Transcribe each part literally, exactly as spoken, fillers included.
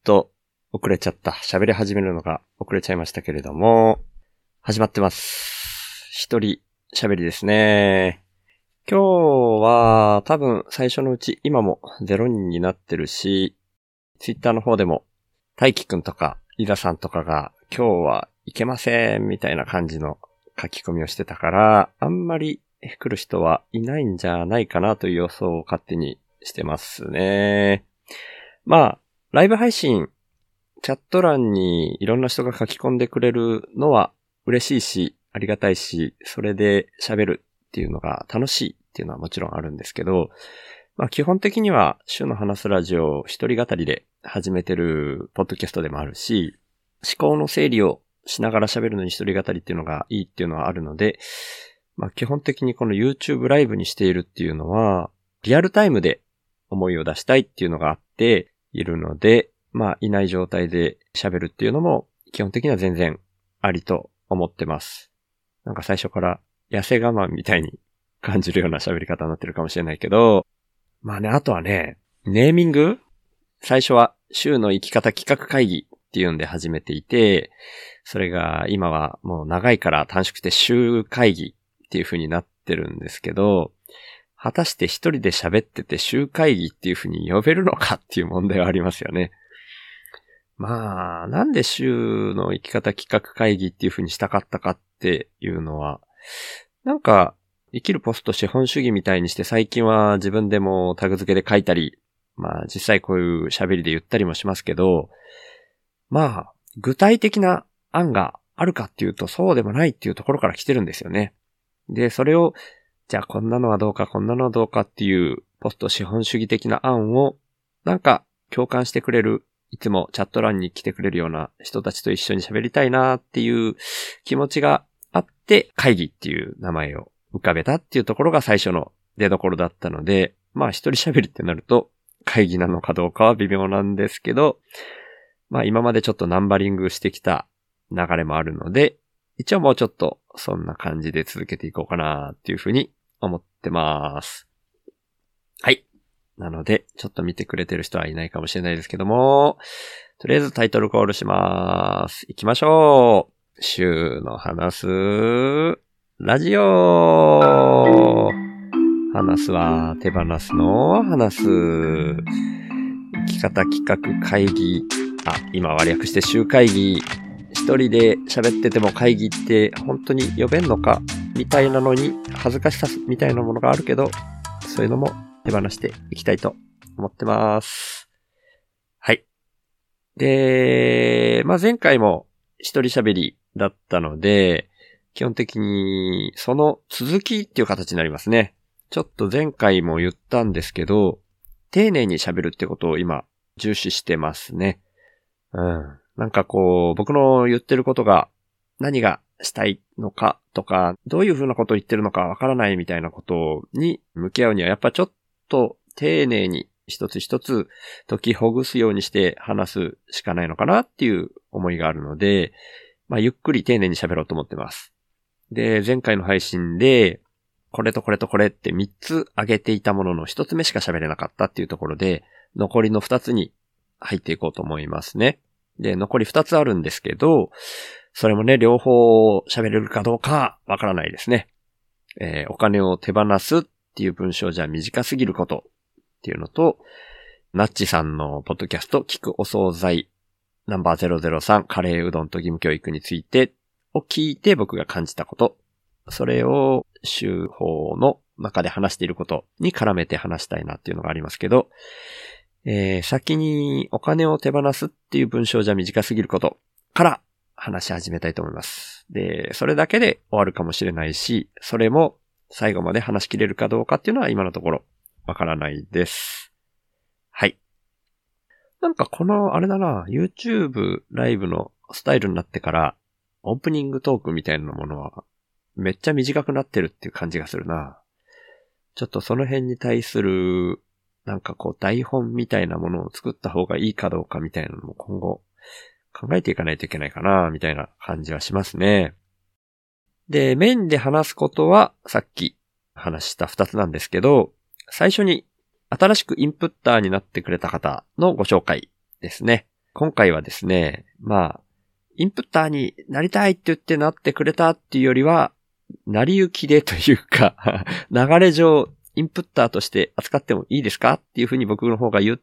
と遅れちゃった。喋り始めるのが遅れちゃいましたけれども、始まってます。一人喋りですね。今日は多分最初のうち今もゼロにんになってるし、ツイッターの方でも大輝くんとかリラさんとかが今日はいけませんみたいな感じの書き込みをしてたから、あんまり来る人はいないんじゃないかなという予想を勝手にしてますね。まあ、ライブ配信、チャット欄にいろんな人が書き込んでくれるのは嬉しいし、ありがたいし、それで喋るっていうのが楽しいっていうのはもちろんあるんですけど、まあ基本的には週の話すラジオを一人語りで始めてるポッドキャストでもあるし、思考の整理をしながら喋るのに一人語りっていうのがいいっていうのはあるので、まあ基本的にこの YouTube ライブにしているっていうのは、リアルタイムで思いを出したいっていうのがあっているので、まあいない状態で喋るっていうのも基本的には全然ありと思ってます。なんか最初から痩せ我慢みたいに感じるような喋り方になってるかもしれないけど、まあね、あとはね、ネーミング？最初は週の生き方企画会議っていうんで始めていて、それが今はもう長いから短縮して週会議っていう風になってるんですけど、果たして一人で喋ってて週会議っていう風に呼べるのかっていう問題はありますよね。まあ、なんで週の生き方企画会議っていう風にしたかったかっていうのは、なんか生きるポスト資本主義みたいにして最近は自分でもタグ付けで書いたり、まあ実際こういう喋りで言ったりもしますけど、まあ具体的な案があるかっていうとそうでもないっていうところから来てるんですよね。で、それをじゃあこんなのはどうかこんなのはどうかっていうポスト資本主義的な案をなんか共感してくれる、いつもチャット欄に来てくれるような人たちと一緒に喋りたいなっていう気持ちがあって会議っていう名前を浮かべたっていうところが最初の出所だったので、まあ一人喋りってなると会議なのかどうかは微妙なんですけど、まあ今までちょっとナンバリングしてきた流れもあるので、一応もうちょっとそんな感じで続けていこうかなっていうふうに思ってます。はい。なので、ちょっと見てくれてる人はいないかもしれないですけども、とりあえずタイトルコールします。行きましょう。週の話すラジオ。話すは手放すの話す。生き方企画会議。あ、今は略して週会議。一人で喋ってても会議って本当に呼べんのかみたいなのに恥ずかしさみたいなものがあるけど、そういうのも手放していきたいと思ってます。はい。で、まあ、前回も一人喋りだったので、基本的にその続きっていう形になりますね。ちょっと前回も言ったんですけど、丁寧に喋るってことを今重視してますね。うん。なんかこう、僕の言ってることが何がしたいのかとか、どういうふうなことを言ってるのかわからないみたいなことに向き合うにはやっぱちょっと丁寧に一つ一つ解きほぐすようにして話すしかないのかなっていう思いがあるので、まあゆっくり丁寧に喋ろうと思ってます。で、前回の配信で、これとこれとこれってみっつ挙げていたもののひとつめしか喋れなかったっていうところで、残りのふたつに入っていこうと思いますね。で、残りふたつあるんですけど、それもね、両方喋れるかどうかわからないですね。えー、お金を手放すっていう文章じゃ短すぎることっていうのと、ナッチさんのポッドキャスト、聞くお惣菜ナンバーゼロゼロさん、カレーうどんと義務教育についてを聞いて僕が感じたこと、それを週報の中で話していることに絡めて話したいなっていうのがありますけど、えー、先にお金を手放すっていう文章じゃ短すぎることから話し始めたいと思います。で、それだけで終わるかもしれないし、それも最後まで話し切れるかどうかっていうのは今のところわからないです。はい。なんかこのあれだな、YouTube ライブのスタイルになってからオープニングトークみたいなものはめっちゃ短くなってるっていう感じがするな。ちょっとその辺に対するなんかこう台本みたいなものを作った方がいいかどうかみたいなのも今後考えていかないといけないかなみたいな感じはしますね。で、メインで話すことはさっき話したふたつなんですけど、最初に新しくインプッターになってくれた方のご紹介ですね。 今回はですね、まあ、インプッターになりたいって言ってなってくれたっていうよりは、成り行きでというか、流れ上、インプッターとして扱ってもいいですかっていうふうに僕の方が言って、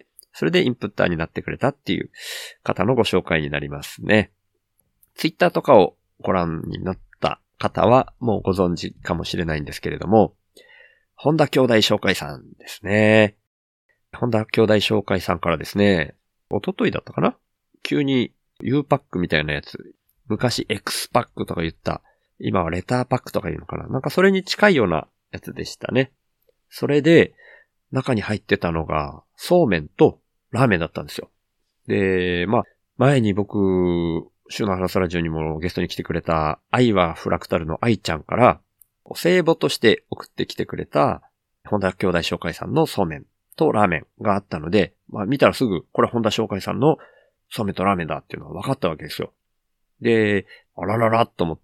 それでインプッターになってくれたっていう方のご紹介になりますね。ツイッターとかをご覧になった方はもうご存知かもしれないんですけれども、本田兄弟紹介さんですね。本田兄弟紹介さんからですね、一昨日だったかな？急に U パックみたいなやつ、昔 X パックとか言った、今はレターパックとか言うのかな？なんかそれに近いようなやつでしたね。それで、中に入ってたのが、そうめんとラーメンだったんですよ。で、まあ、前に僕、週の話ラジオにもゲストに来てくれた、愛はフラクタルの愛ちゃんから、お歳暮として送ってきてくれた、本田兄弟紹介さんのそうめんとラーメンがあったので、まあ見たらすぐ、これ本田紹介さんのそうめんとラーメンだっていうのが分かったわけですよ。で、あらららと思って、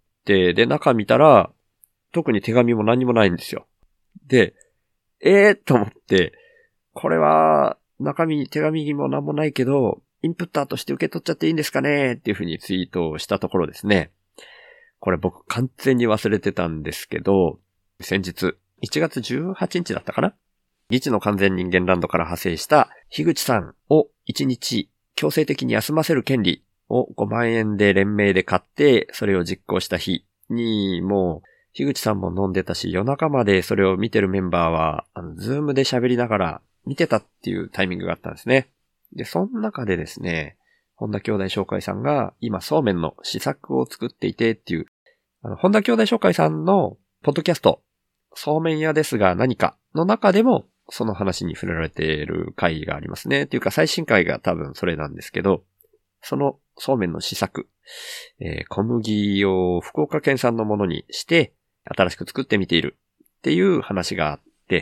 で、中見たら、特に手紙も何もないんですよ。で、えーと思って、これは、中身、手紙も何もないけど、インプッターとして受け取っちゃっていいんですかねっていうふうにツイートをしたところですね。これ僕完全に忘れてたんですけど、先日、いちがつじゅうはちにちだったかな？ギチの完全人間ランドから派生した樋口さんをいちにち強制的に休ませる権利をごまんえんで連名で買って、それを実行した日に、もう、樋口さんも飲んでたし、夜中までそれを見てるメンバーは、あの、ズームで喋りながら見てたっていうタイミングがあったんですね。で、その中でですね、本田兄弟紹介さんが今そうめんの試作を作っていてっていう、あの、本田兄弟紹介さんのポッドキャスト、そうめん屋ですが何かの中でも、その話に触れられている回がありますね。っていうか最新回が多分それなんですけど、そのそうめんの試作、えー、小麦を福岡県産のものにして、新しく作ってみているっていう話があって、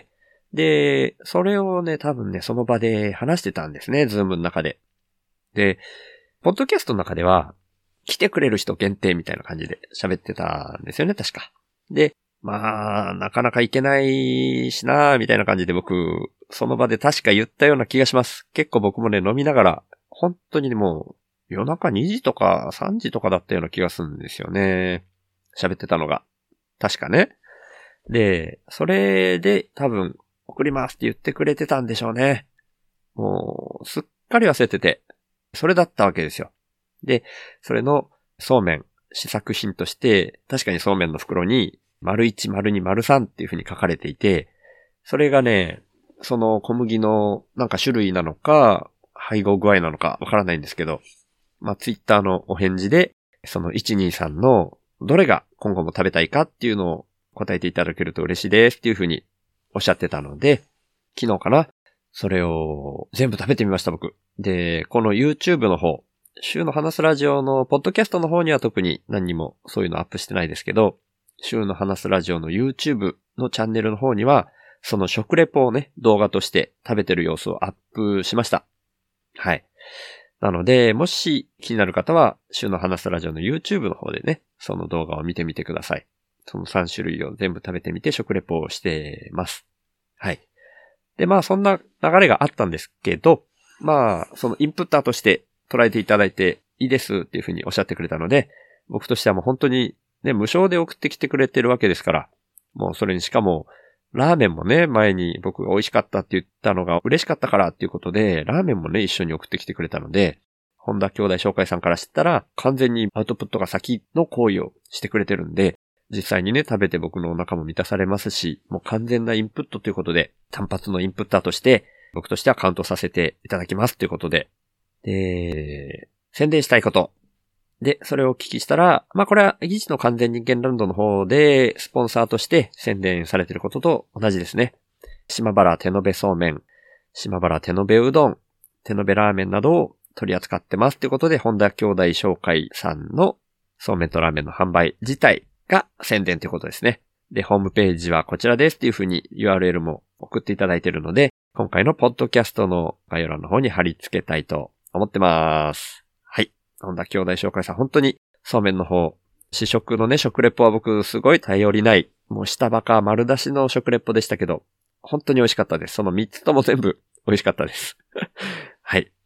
で、それをね、多分ね、その場で話してたんですね、ズームの中で。で、ポッドキャストの中では、来てくれる人限定みたいな感じで喋ってたんですよね、確か。で、まあ、なかなか行けないしな、みたいな感じで僕、その場で確か言ったような気がします。結構僕もね、飲みながら、本当にもう、夜中にじとかさんじとかだったような気がするんですよね。喋ってたのが。確かね。で、それで多分送りますって言ってくれてたんでしょうね。もうすっかり忘れてて、それだったわけですよ。で、それのそうめん試作品として、確かにそうめんの袋に丸いち、丸に、丸さんっていう風に書かれていて、それがね、その小麦のなんか種類なのか、配合具合なのかわからないんですけど、まあツイッターのお返事で、そのいちにさんのどれが今後も食べたいかっていうのを答えていただけると嬉しいですっていう風におっしゃってたので、昨日かな？それを全部食べてみました僕。で、この YouTube の方、週の話すラジオのポッドキャストの方には特に何にもそういうのアップしてないですけど、週の話すラジオの YouTube のチャンネルの方には、その食レポをね、動画として食べてる様子をアップしました。はい。なので、もし気になる方は、週の話すラジオの YouTube の方でね、その動画を見てみてください。そのさんしゅるいを全部食べてみて食レポをしてます。はい。で、まあそんな流れがあったんですけど、まあそのインプッターとして捉えていただいていいですっていうふうにおっしゃってくれたので、僕としてはもう本当にね、無償で送ってきてくれてるわけですから、もうそれにしかも、ラーメンもね、前に僕が美味しかったって言ったのが嬉しかったからっていうことで、ラーメンもね、一緒に送ってきてくれたので、本田兄弟紹介さんから知ったら、完全にアウトプットが先の行為をしてくれてるんで、実際にね、食べて僕のお腹も満たされますし、もう完全なインプットということで、単発のインプッターとして、僕としてはカウントさせていただきますということで、で、宣伝したいこと。で、それをお聞きしたら、まあこれはギチの完全人間ランドの方でスポンサーとして宣伝されていることと同じですね。島原手延べそうめん、島原手延べうどん、手延べラーメンなどを取り扱ってますということで、本田兄弟紹介さんのそうめんとラーメンの販売自体が宣伝ということですね。で、ホームページはこちらですっていう風に ユーアールエル も送っていただいているので、今回のポッドキャストの概要欄の方に貼り付けたいと思ってます。はい。本田兄弟紹介さん、本当にそうめんの方、試食のね、食レポは僕すごい頼りない、もう下バカ丸出しの食レポでしたけど、本当に美味しかったです。そのみっつとも全部美味しかったです。はい。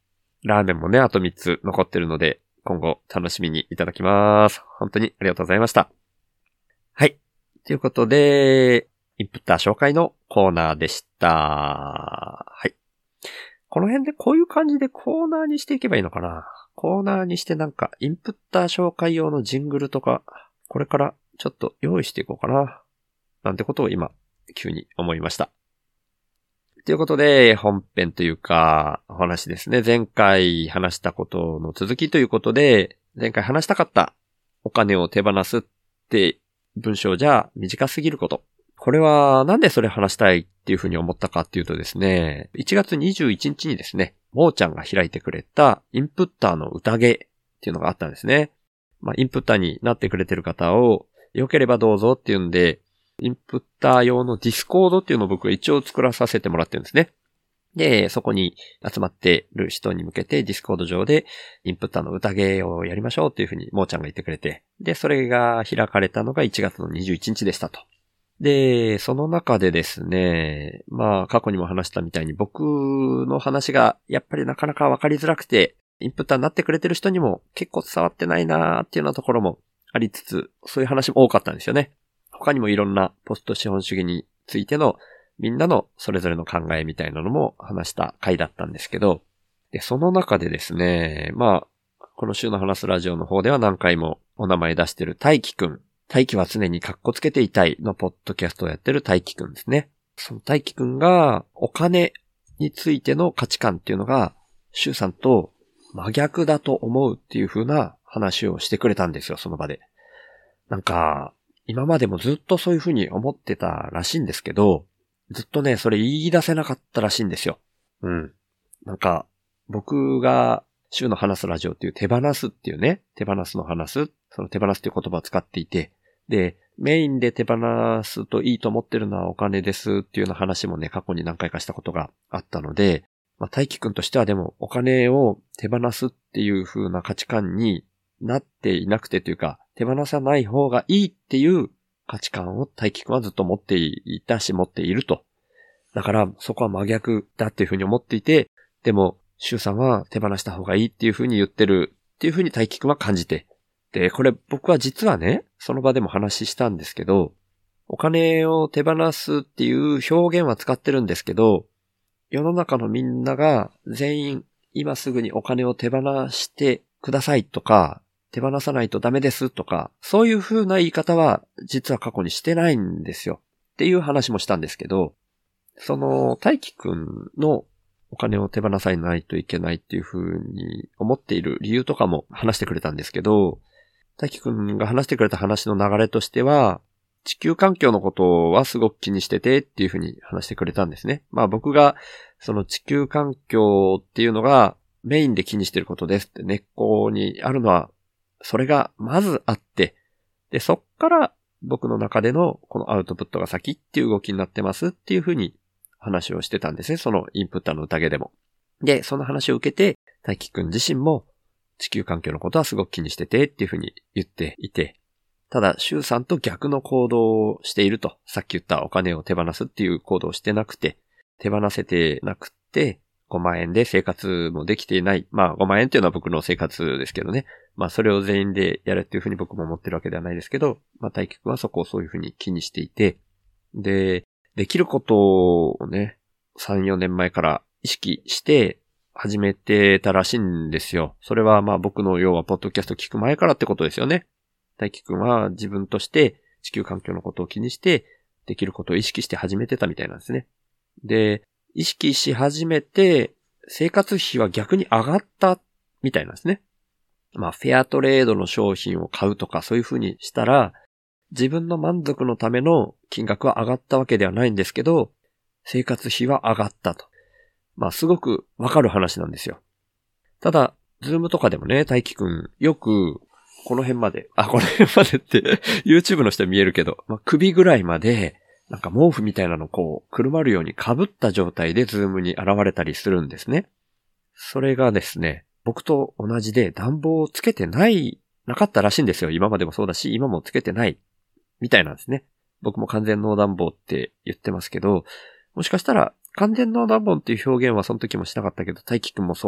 ラーメンもね、あとみっつ残ってるので、今後楽しみにいただきます。本当にありがとうございました。はい。ということで、インプッター紹介のコーナーでした。はい。この辺でこういう感じでコーナーにしていけばいいのかな。コーナーにしてなんか、インプッター紹介用のジングルとか、これからちょっと用意していこうかな。なんてことを今、急に思いました。ということで、本編というか、お話ですね。前回話したことの続きということで、前回話したかったお金を手放すって文章じゃ短すぎること。これはなんでそれ話したいっていうふうに思ったかっていうとですね、いちがつにじゅういちにちにですね、もーちゃんが開いてくれたインプッターの宴っていうのがあったんですね。まあ、インプッターになってくれてる方を良ければどうぞっていうんで、インプッター用のディスコードっていうのを僕は一応作らさせてもらってるんですね。で、そこに集まってる人に向けてディスコード上でインプッターの宴をやりましょうっていうふうにもーちゃんが言ってくれて、で、それが開かれたのがいちがつのにじゅういちにちでしたと。で、その中でですね、まあ過去にも話したみたいに僕の話がやっぱりなかなかわかりづらくて、インプッターになってくれてる人にも結構伝わってないなーっていうようなところもありつつ、そういう話も多かったんですよね。他にもいろんなポスト資本主義についてのみんなのそれぞれの考えみたいなのも話した回だったんですけど、で、その中でですね、まあ、この週の話すラジオの方では何回もお名前出してる大輝くん。大輝は常にカッコつけていたいのポッドキャストをやってる大輝くんですね。その大輝くんがお金についての価値観っていうのが、シュウさんと真逆だと思うっていう風な話をしてくれたんですよ、その場で。なんか、今までもずっとそういう風に思ってたらしいんですけど、ずっとね、それ言い出せなかったらしいんですよ。うん。なんか、僕が、週の話すラジオっていう手放すっていうね、手放すの話す、その手放すっていう言葉を使っていて、で、メインで手放すといいと思ってるのはお金ですっていうような話もね、過去に何回かしたことがあったので、まあ、大輝くんとしてはでもお金を手放すっていう風な価値観になっていなくてというか、手放さない方がいいっていう価値観を大輝くんはずっと持っていたし持っていると。だからそこは真逆だっていう風に思っていて、でも、シュウさんは手放した方がいいっていう風に言ってるっていう風に大輝くんは感じて。で、これ僕は実はね、その場でも話したんですけど、お金を手放すっていう表現は使ってるんですけど、世の中のみんなが全員今すぐにお金を手放してくださいとか、手放さないとダメですとか、そういう風な言い方は実は過去にしてないんですよ。っていう話もしたんですけど、その大輝くんのお金を手放さないといけないっていう風に思っている理由とかも話してくれたんですけど、大輝くんが話してくれた話の流れとしては、地球環境のことはすごく気にしててっていう風に話してくれたんですね。まあ僕がその地球環境っていうのがメインで気にしてることですって根っこにあるのはそれがまずあって、でそっから僕の中でのこのアウトプットが先っていう動きになってますっていう風に話をしてたんですね。そのインプッターの宴でも。で、その話を受けて大輝くん自身も地球環境のことはすごく気にしててっていう風に言っていて、ただ、シュウさんと逆の行動をしていると。さっき言ったお金を手放すっていう行動をしてなくて、手放せてなくて、ごまん円で生活もできていない。まあ、ごまん円っていうのは僕の生活ですけどね。まあ、それを全員でやるっていうふうに僕も思ってるわけではないですけど、まあ、大輝くんはそこをそういうふうに気にしていて、で、できることをね、さん、よねんまえから意識して始めてたらしいんですよ。それはまあ僕の要はポッドキャスト聞く前からってことですよね。大輝くんは自分として地球環境のことを気にしてできることを意識して始めてたみたいなんですね。で、意識し始めて生活費は逆に上がったみたいなんですね。まあフェアトレードの商品を買うとかそういう風にしたら自分の満足のための金額は上がったわけではないんですけど生活費は上がったと。まあすごくわかる話なんですよ。ただ、ズームとかでもね、大輝くんよくこの辺まで、あ、この辺までって、YouTube の人は見えるけど、まあ、首ぐらいまで、なんか毛布みたいなのこう、くるまるように被った状態でズームに現れたりするんですね。それがですね、僕と同じで暖房をつけてない、なかったらしいんですよ。今までもそうだし、今もつけてない、みたいなんですね。僕も完全ノー暖房って言ってますけど、もしかしたら、完全ノー暖房っていう表現はその時もしなかったけど、大輝くんもそ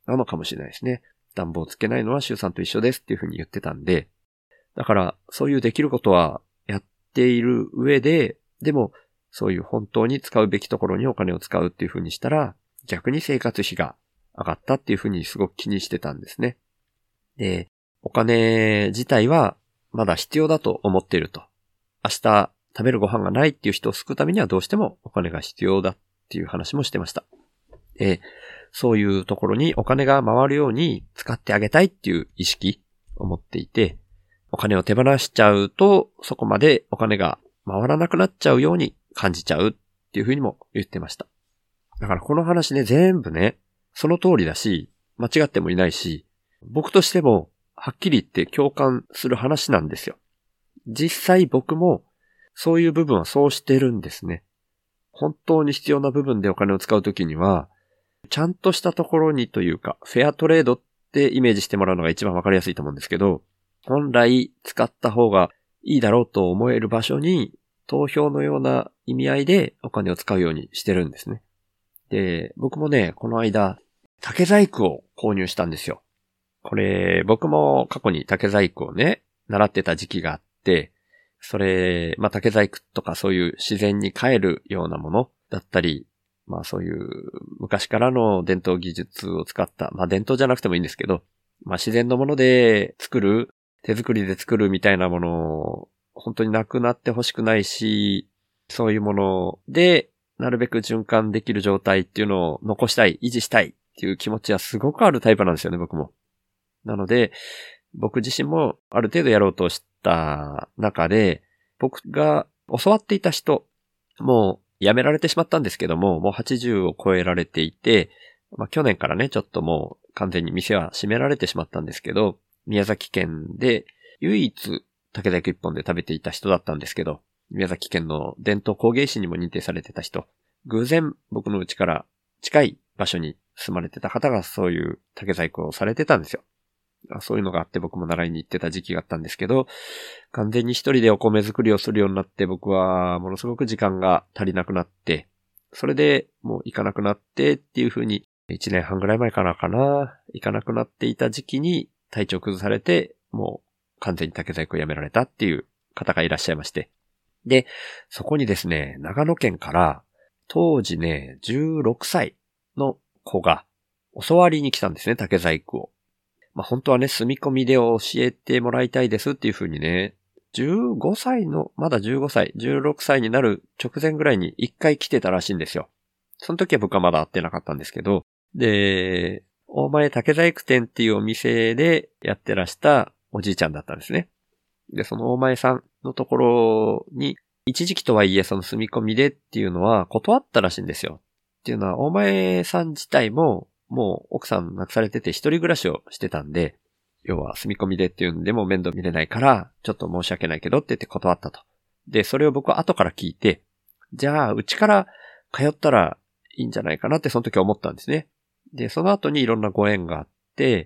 なのかもしれないですね。暖房つけないのは週さんと一緒ですっていうふうに言ってたんで、だからそういうできることはやっている上で、でもそういう本当に使うべきところにお金を使うっていうふうにしたら、逆に生活費が上がったっていうふうにすごく気にしてたんですね。で、お金自体はまだ必要だと思っていると。明日食べるご飯がないっていう人を救うためにはどうしてもお金が必要だっていう話もしてました。で、そういうところにお金が回るように使ってあげたいっていう意識を持っていて、お金を手放しちゃうとそこまでお金が回らなくなっちゃうように感じちゃうっていうふうにも言ってました。だからこの話ね、全部ね、その通りだし、間違ってもいないし、僕としてもはっきり言って共感する話なんですよ。実際僕もそういう部分はそうしてるんですね。本当に必要な部分でお金を使うときには、ちゃんとしたところにというか、フェアトレードってイメージしてもらうのが一番わかりやすいと思うんですけど、本来使った方がいいだろうと思える場所に、投票のような意味合いでお金を使うようにしてるんですね。で、僕もね、この間、竹細工を購入したんですよ。これ、僕も過去に竹細工をね、習ってた時期があって、それ、まあ、竹細工とかそういう自然に帰るようなものだったり、まあそういう昔からの伝統技術を使った、まあ伝統じゃなくてもいいんですけど、まあ自然のもので作る、手作りで作るみたいなものを本当になくなってほしくないし、そういうものでなるべく循環できる状態っていうのを残したい、維持したいっていう気持ちはすごくあるタイプなんですよね、僕も。なので、僕自身もある程度やろうとした中で、僕が教わっていた人、もう辞められてしまったんですけども、もうはちじゅうを超えられていて、まあ去年からね、ちょっともう完全に店は閉められてしまったんですけど、宮崎県で唯一竹細工一本で食べていた人だったんですけど、宮崎県の伝統工芸士にも認定されてた人、偶然僕の家から近い場所に住まれてた方がそういう竹細工をされてたんですよ。そういうのがあって僕も習いに行ってた時期があったんですけど、完全に一人でお米作りをするようになって僕はものすごく時間が足りなくなって、それでもう行かなくなってっていう風にいちねんはんぐらい前からかな、行かなくなっていた時期に体調崩されて、もう完全に竹細工をやめられたっていう方がいらっしゃいまして。で、そこにですね、長野県から当時ね、じゅうろくさいの子が教わりに来たんですね、竹細工を。まあ本当はね、住み込みで教えてもらいたいですっていう風にね、じゅうごさいの、まだじゅうごさい、じゅうろくさいになる直前ぐらいに一回来てたらしいんですよ。その時は僕はまだ会ってなかったんですけど、で、大前竹細工店っていうお店でやってらしたおじいちゃんだったんですね。で、その大前さんのところに、一時期とはいえその住み込みでっていうのは断ったらしいんですよ。っていうのは、大前さん自体も、もう奥さん亡くされてて一人暮らしをしてたんで、要は住み込みでっていうんでも面倒見れないから、ちょっと申し訳ないけどって言って断ったと。で、それを僕は後から聞いて、じゃあ、うちから通ったらいいんじゃないかなってその時思ったんですね。で、その後にいろんなご縁があって、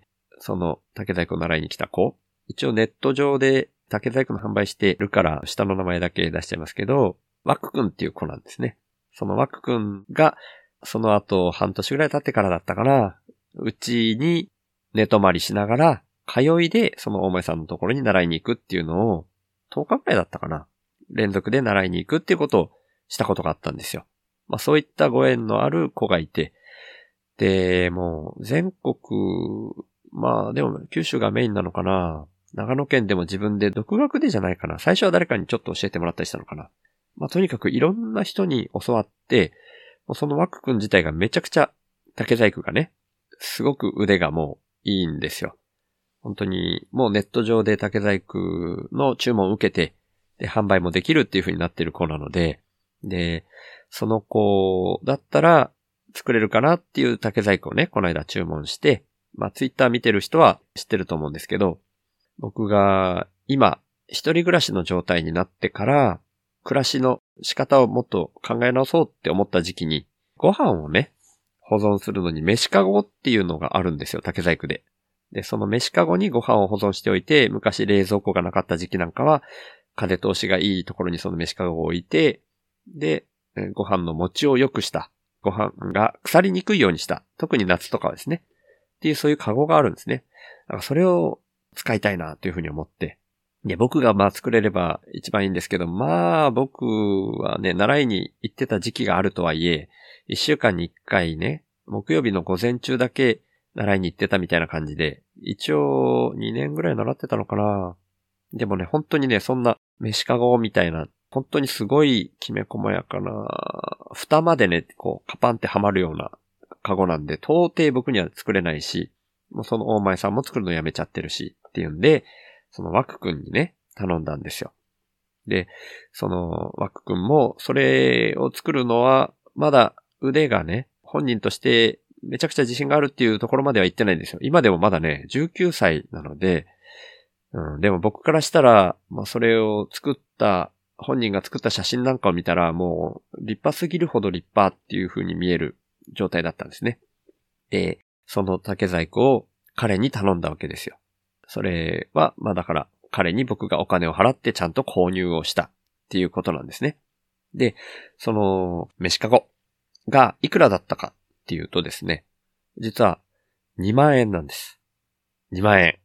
その竹細工を習いに来た子、一応ネット上で竹細工の販売してるから下の名前だけ出しちゃいますけど、ワックくんっていう子なんですね。そのワックくんが、その後半年ぐらい経ってからだったかな、うちに寝泊まりしながら、通いでその大前さんのところに習いに行くっていうのを、とおかぐらいだったかな、連続で習いに行くっていうことをしたことがあったんですよ。まあそういったご縁のある子がいて、で、もう全国、まあでも九州がメインなのかな、長野県でも自分で独学でじゃないかな、最初は誰かにちょっと教えてもらったりしたのかな。まあとにかくいろんな人に教わって、そのワック君自体がめちゃくちゃ竹細工がね、すごく腕がもういいんですよ。本当にもうネット上で竹細工の注文を受けて、で販売もできるっていう風になってる子なので、で、その子だったら作れるかなっていう竹細工をね、この間注文して、まあツイッター見てる人は知ってると思うんですけど、僕が今一人暮らしの状態になってから、暮らしの仕方をもっと考え直そうって思った時期に、ご飯をね、保存するのに飯かごっていうのがあるんですよ、竹細工で。で、その飯かごにご飯を保存しておいて、昔冷蔵庫がなかった時期なんかは、風通しがいいところにその飯かごを置いて、で、ご飯の持ちを良くした。ご飯が腐りにくいようにした。特に夏とかはですね。 っていうそういうカゴがあるんですね。だからそれを使いたいなというふうに思って。で、僕がまあ作れれば一番いいんですけど、まあ僕はね、習いに行ってた時期があるとはいえ、一週間に一回ね、木曜日の午前中だけ習いに行ってたみたいな感じで、一応にねんぐらい習ってたのかな。でもね、本当にね、そんな飯かごみたいな、本当にすごいきめ細やかな、蓋までね、こう、カパンってはまるようなカゴなんで、到底僕には作れないし、もうその大前さんも作るのやめちゃってるし、っていうんで、そのワクくんにね、頼んだんですよ。で、そのワクくんも、それを作るのは、まだ腕がね、本人としてめちゃくちゃ自信があるっていうところまでは行ってないんですよ。今でもまだね、じゅうきゅうさいなので、うん、でも僕からしたら、まあ、それを作った、本人が作った写真なんかを見たら、もう立派すぎるほど立派っていう風に見える状態だったんですね。で、その竹細工を彼に頼んだわけですよ。それは、まあだから彼に僕がお金を払ってちゃんと購入をしたっていうことなんですね。で、その飯かごがいくらだったかっていうとですね、実はにまんえんなんです。にまんえん。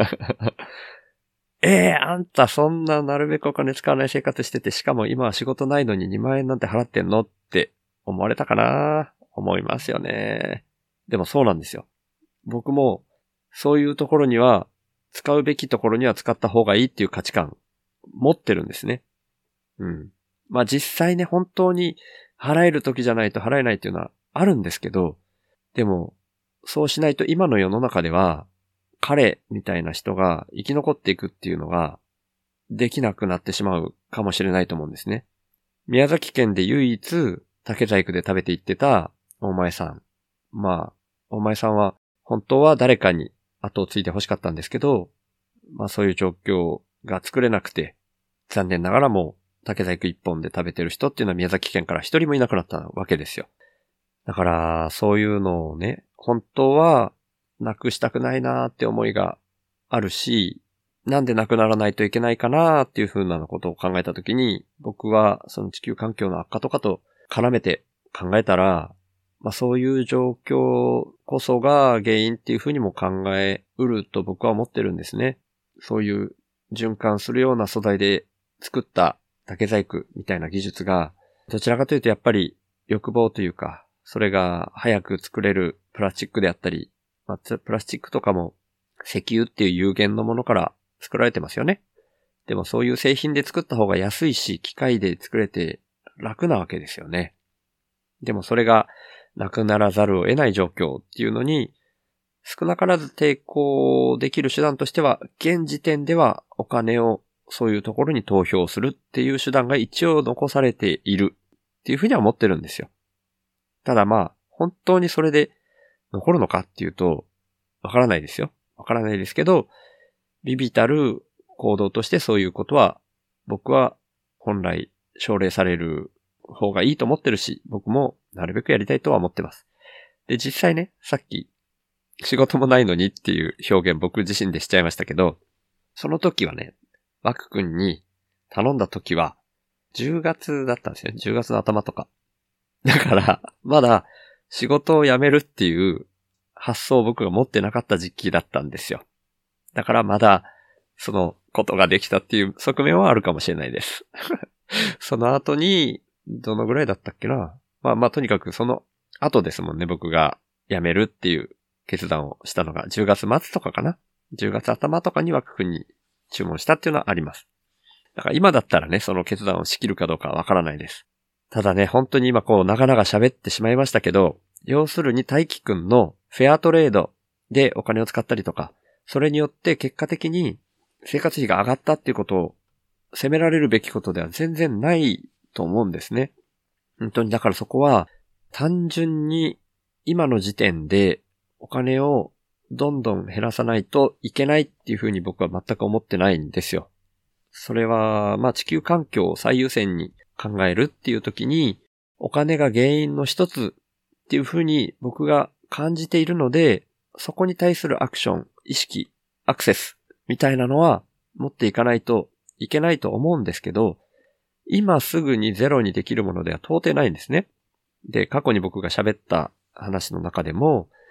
ええー、あんたそんななるべくお金使わない生活してて、しかも今は仕事ないのににまんえんなんて払ってんのって思われたかな？思いますよね。でもそうなんですよ。僕もそういうところには、使うべきところには使った方がいいっていう価値観持ってるんですね。うん。まあ実際ね、本当に払える時じゃないと払えないっていうのはあるんですけど、でもそうしないと今の世の中では彼みたいな人が生き残っていくっていうのができなくなってしまうかもしれないと思うんですね。宮崎県で唯一竹細工で食べていってた大前さん。まあ、大前さんは本当は誰かに後を継いで欲しかったんですけど、まあそういう状況が作れなくて、残念ながらもう竹細工一本で食べてる人っていうのは宮崎県から一人もいなくなったわけですよ。だからそういうのをね、本当はなくしたくないなーって思いがあるし、なんでなくならないといけないかなーっていう風なことを考えたときに、僕はその地球環境の悪化とかと絡めて考えたら、まあそういう状況こそが原因っていう風にも考えうると僕は思ってるんですね。そういう循環するような素材で作った竹細工みたいな技術が、どちらかというとやっぱり欲望というか、それが早く作れるプラスチックであったり、まあ、プラスチックとかも石油っていう有限のものから作られてますよね。でもそういう製品で作った方が安いし、機械で作れて楽なわけですよね。でもそれがなくならざるを得ない状況っていうのに、少なからず抵抗できる手段としては、現時点ではお金をそういうところに投票するっていう手段が一応残されているっていうふうには思ってるんですよ。ただまあ、本当にそれで残るのかっていうと、わからないですよ。わからないですけど、微々たる行動としてそういうことは、僕は本来奨励される方がいいと思ってるし、僕もなるべくやりたいとは思ってます。で、実際ね、さっき、仕事もないのにっていう表現僕自身でしちゃいましたけど、その時はね、ワク君に頼んだ時は、じゅうがつだったんですよね。じゅうがつの頭とか。だから、まだ仕事を辞めるっていう発想を僕が持ってなかった時期だったんですよ。だからまだ、そのことができたっていう側面はあるかもしれないです。その後に、どのぐらいだったっけな。まあまあとにかくその後ですもんね、僕が辞めるっていう決断をしたのがじゅうがつ末とかかな。じゅうがつ頭とかにワク君に注文したっていうのはあります。だから今だったらね、その決断をしきるかどうかはわからないです。ただね、本当に今こう長々喋ってしまいましたけど、要するに大輝くんのフェアトレードでお金を使ったりとか、それによって結果的に生活費が上がったっていうことを責められるべきことでは全然ないと思うんですね。本当にだからそこは単純に今の時点でお金をどんどん減らさないといけないっていうふうに僕は全く思ってないんですよ。それはまあ地球環境を最優先に考えるっていう時にお金が原因の一つっていうふうに僕が感じているので、そこに対するアクション、意識、アクセスみたいなのは持っていかないといけないと思うんですけど、今すぐにゼロにできるものでは到底ないんですね。で、過去に僕が喋った話の中でも、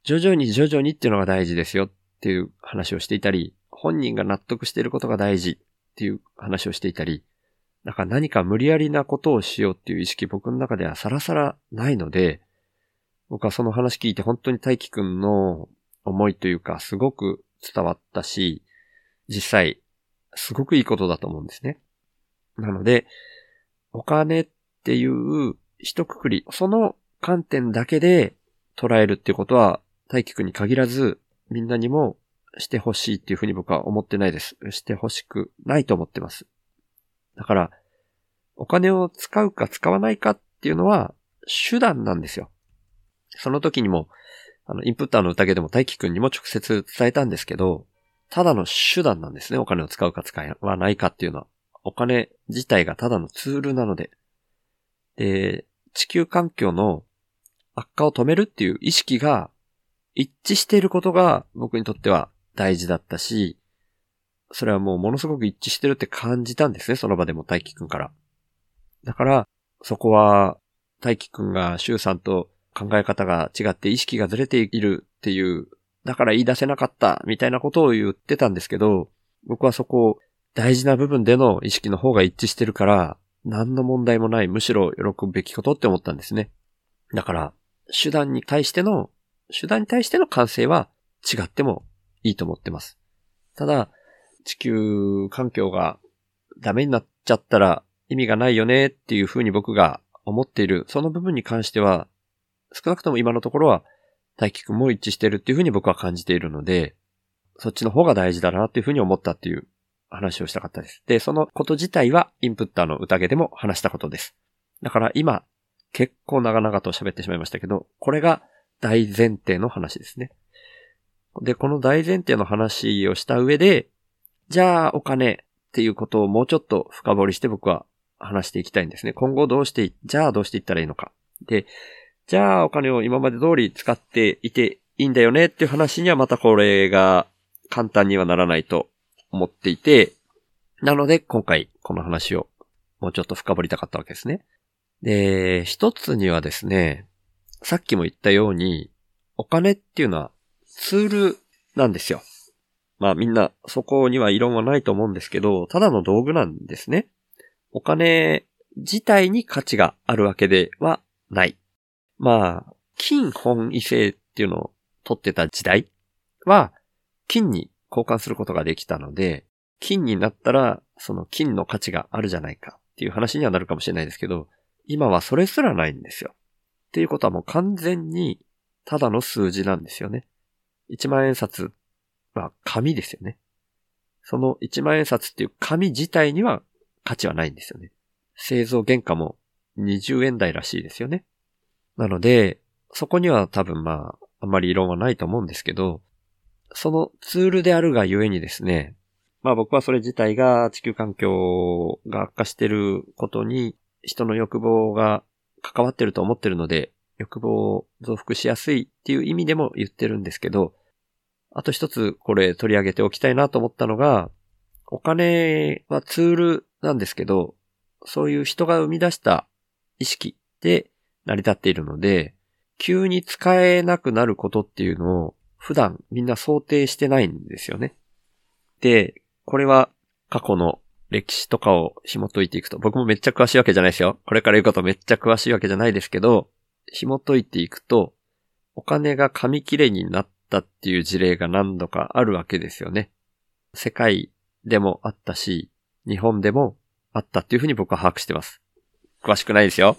徐々に徐々にっていうのが大事ですよっていう話をしていたり、本人が納得していることが大事っていう話をしていたり、なんか何か無理やりなことをしようっていう意識僕の中ではさらさらないので、僕はその話聞いて本当に大輝くんの思いというかすごく伝わったし、実際すごくいいことだと思うんですね。なので、お金っていう一括り、その観点だけで捉えるっていうことは大輝くんに限らずみんなにもしてほしいっていうふうに僕は思ってないです。してほしくないと思ってます。だから、お金を使うか使わないかっていうのは手段なんですよ。その時にも、あの、インプッターの宴でも大輝くんにも直接伝えたんですけど、ただの手段なんですね。お金を使うか使わないかっていうのは。お金自体がただのツールなので。で、地球環境の悪化を止めるっていう意識が一致していることが僕にとっては大事だったし、それはもうものすごく一致してるって感じたんですね。その場でも大輝くんから。だから、そこは大輝くんが周さんと考え方が違って意識がずれているっていう、だから言い出せなかったみたいなことを言ってたんですけど、僕はそこ大事な部分での意識の方が一致してるから、何の問題もない、むしろ喜ぶべきことって思ったんですね。だから、手段に対しての、手段に対しての感性は違ってもいいと思ってます。ただ、地球環境がダメになっちゃったら意味がないよねっていうふうに僕が思っている、その部分に関しては、少なくとも今のところは大輝くんも一致しているっていうふうに僕は感じているので、そっちの方が大事だなっていうふうに思ったっていう話をしたかったです。で、そのこと自体はインプッターの宴でも話したことです。だから今、結構長々と喋ってしまいましたけど、これが大前提の話ですね。で、この大前提の話をした上で、じゃあお金っていうことをもうちょっと深掘りして僕は話していきたいんですね。今後どうして、じゃあどうしていったらいいのか。で、じゃあお金を今まで通り使っていていいんだよねっていう話にはまたこれが簡単にはならないと思っていて、なので今回この話をもうちょっと深掘りたかったわけですね。で、一つにはですね、さっきも言ったようにお金っていうのはツールなんですよ。まあみんなそこには異論はないと思うんですけど、ただの道具なんですね。お金自体に価値があるわけではない。まあ、金本位制っていうのを取ってた時代は、金に交換することができたので、金になったら、その金の価値があるじゃないかっていう話にはなるかもしれないですけど、今はそれすらないんですよ。っていうことはもう完全にただの数字なんですよね。一万円札は紙ですよね。その一万円札っていう紙自体には価値はないんですよね。製造原価もにじゅうえん台らしいですよね。なので、そこには多分まあ、あんまり異論はないと思うんですけど、そのツールであるがゆえにですね、まあ僕はそれ自体が地球環境が悪化していることに人の欲望が関わってると思ってるので、欲望を増幅しやすいっていう意味でも言ってるんですけど、あと一つこれ取り上げておきたいなと思ったのが、お金はツールなんですけど、そういう人が生み出した意識で成り立っているので、急に使えなくなることっていうのを普段みんな想定してないんですよね。で、これは過去の歴史とかを紐解いていくと、僕もめっちゃ詳しいわけじゃないですよ。これから言うことめっちゃ詳しいわけじゃないですけど、紐解いていくと、お金が紙切れになったっていう事例が何度かあるわけですよね。世界でもあったし、日本でもあったっていうふうに僕は把握してます。詳しくないですよ。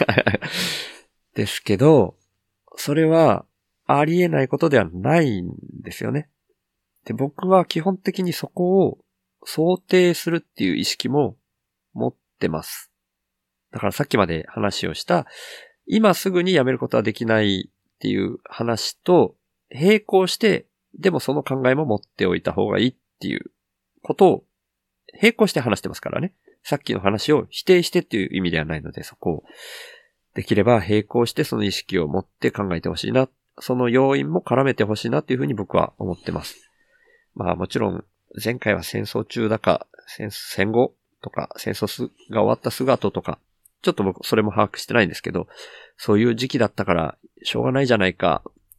ですけど、それはありえないことではないんですよね。で、僕は基本的にそこを想定するっていう意識も持ってます。だからさっきまで話をした、今すぐにやめることはできないっていう話と並行して、でもその考えも持っておいた方がいいっていうことを並行して話してますからね。さっきの話を否定してっていう意味ではないので、そこをできれば並行してその意識を持って考えてほしいな。その要因も絡めてほしいなっていうふうに僕は思ってます。まあもちろん前回は戦争中だか、戦、戦後とか戦争が終わった姿とか、ちょっと僕それも把握してないんですけど、そういう時期だったからしょうがないじゃないか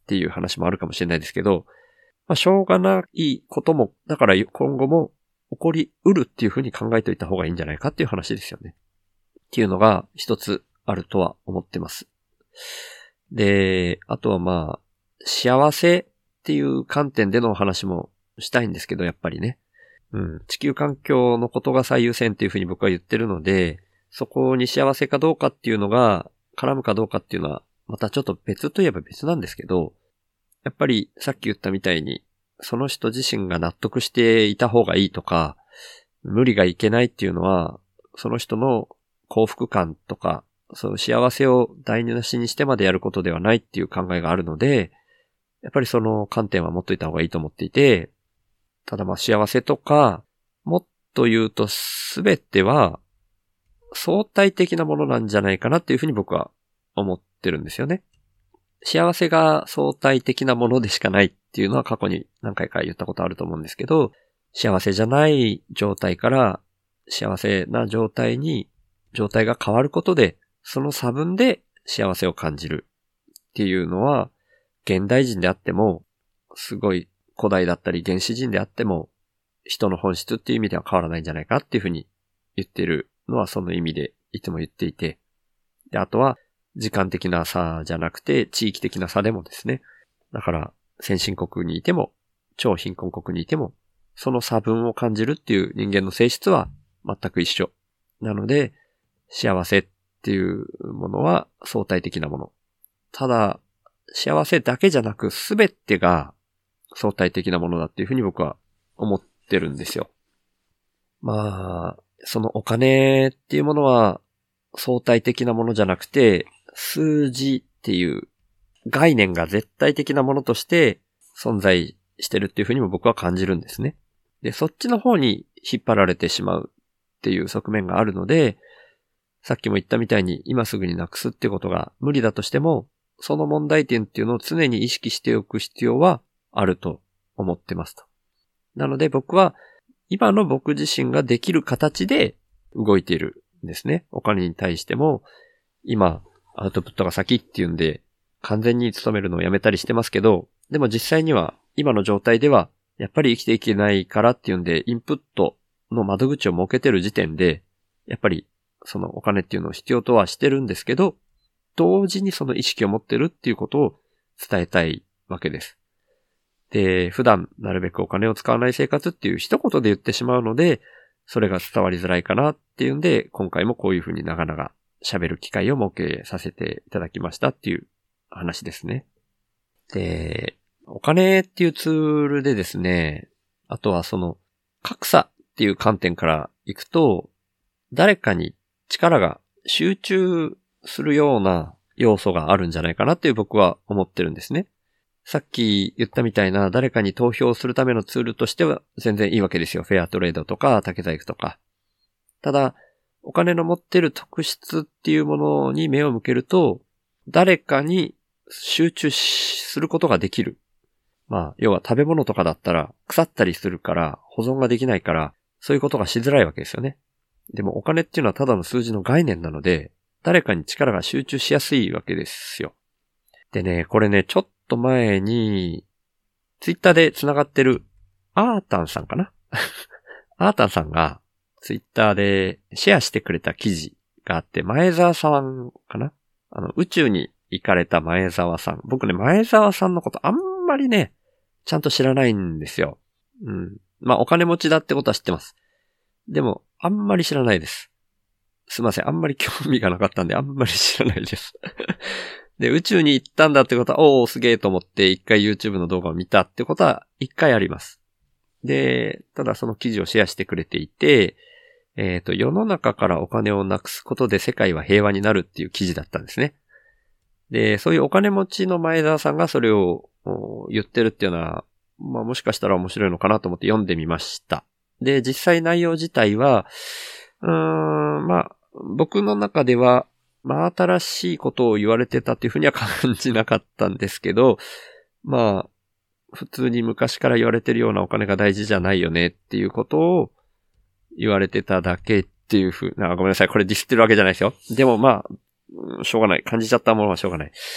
っていう話もあるかもしれないですけど、まあ、しょうがないことも、だから今後も起こりうるっていうふうに考えておいた方がいいんじゃないかっていう話ですよね。っていうのが一つあるとは思ってます。で、あとはまあ、幸せっていう観点でのお話もしたいんですけど、やっぱりね。うん、地球環境のことが最優先っていうふうに僕は言ってるので、そこに幸せかどうかっていうのが絡むかどうかっていうのは、またちょっと別といえば別なんですけど、やっぱりさっき言ったみたいに、その人自身が納得していた方がいいとか、無理がいけないっていうのは、その人の幸福感とか、その幸せを台無しにしてまでやることではないっていう考えがあるので、やっぱりその観点は持っといた方がいいと思っていて、ただまあ幸せとか、もっと言うとすべては相対的なものなんじゃないかなっていうふうに僕は思ってるんですよね。幸せが相対的なものでしかないっていうのは過去に何回か言ったことあると思うんですけど、幸せじゃない状態から幸せな状態に状態が変わることで、その差分で幸せを感じるっていうのは、現代人であっても、すごい古代だったり原始人であっても、人の本質っていう意味では変わらないんじゃないかっていうふうに言ってるのはその意味でいつも言っていて、で、あとは時間的な差じゃなくて地域的な差でもですね、だから先進国にいても超貧困国にいてもその差分を感じるっていう人間の性質は全く一緒なので、幸せっていうものは相対的なもの。ただ幸せだけじゃなく全てが相対的なものだっていうふうに僕は思ってるんですよ。まあ、そのお金っていうものは相対的なものじゃなくて、数字っていう概念が絶対的なものとして存在してるっていうふうにも僕は感じるんですね。で、そっちの方に引っ張られてしまうっていう側面があるので、さっきも言ったみたいに今すぐになくすっていうことが無理だとしても、その問題点っていうのを常に意識しておく必要はあると思ってますと。なので僕は今の僕自身ができる形で動いているんですね。お金に対しても今アウトプットが先っていうんで完全に勤めるのをやめたりしてますけど、でも実際には今の状態ではやっぱり生きていけないからっていうんでインプットの窓口を設けてる時点でやっぱりそのお金っていうのを必要とはしてるんですけど、同時にその意識を持ってるっていうことを伝えたいわけです。で、普段なるべくお金を使わない生活っていう一言で言ってしまうので、それが伝わりづらいかなっていうんで、今回もこういうふうに長々喋る機会を設けさせていただきましたっていう話ですね。で、お金っていうツールでですね、あとはその格差っていう観点からいくと、誰かに力が集中するような要素があるんじゃないかなっていう僕は思ってるんですね。さっき言ったみたいな誰かに投票するためのツールとしては全然いいわけですよ。フェアトレードとか竹細工とか。ただ、お金の持ってる特質っていうものに目を向けると、誰かに集中することができる。まあ、要は食べ物とかだったら腐ったりするから保存ができないから、そういうことがしづらいわけですよね。でもお金っていうのはただの数字の概念なので、誰かに力が集中しやすいわけですよ。でね、これね、ちょっと前に、ツイッターで繋がってる、アータンさんかなアータンさんが、ツイッターでシェアしてくれた記事があって、前澤さんかなあの、宇宙に行かれた前澤さん。僕ね、前澤さんのことあんまりね、ちゃんと知らないんですよ。うん。まあ、お金持ちだってことは知ってます。でも、あんまり知らないです。すいません。あんまり興味がなかったんで、あんまり知らないです。で、宇宙に行ったんだってことは、おー、すげーと思って、一回 YouTube の動画を見たってことは、一回あります。で、ただその記事をシェアしてくれていて、えっと、世の中からお金をなくすことで世界は平和になるっていう記事だったんですね。で、そういうお金持ちの前澤さんがそれを言ってるっていうのは、まあもしかしたら面白いのかなと思って読んでみました。で、実際内容自体は、うーん、まあ、僕の中では、まあ新しいことを言われてたっていうふうには感じなかったんですけど、まあ、普通に昔から言われてるようなお金が大事じゃないよねっていうことを言われてただけっていうふうな、ごめんなさい、これディスってるわけじゃないですよ。でもまあ、しょうがない。感じちゃったものはしょうがない。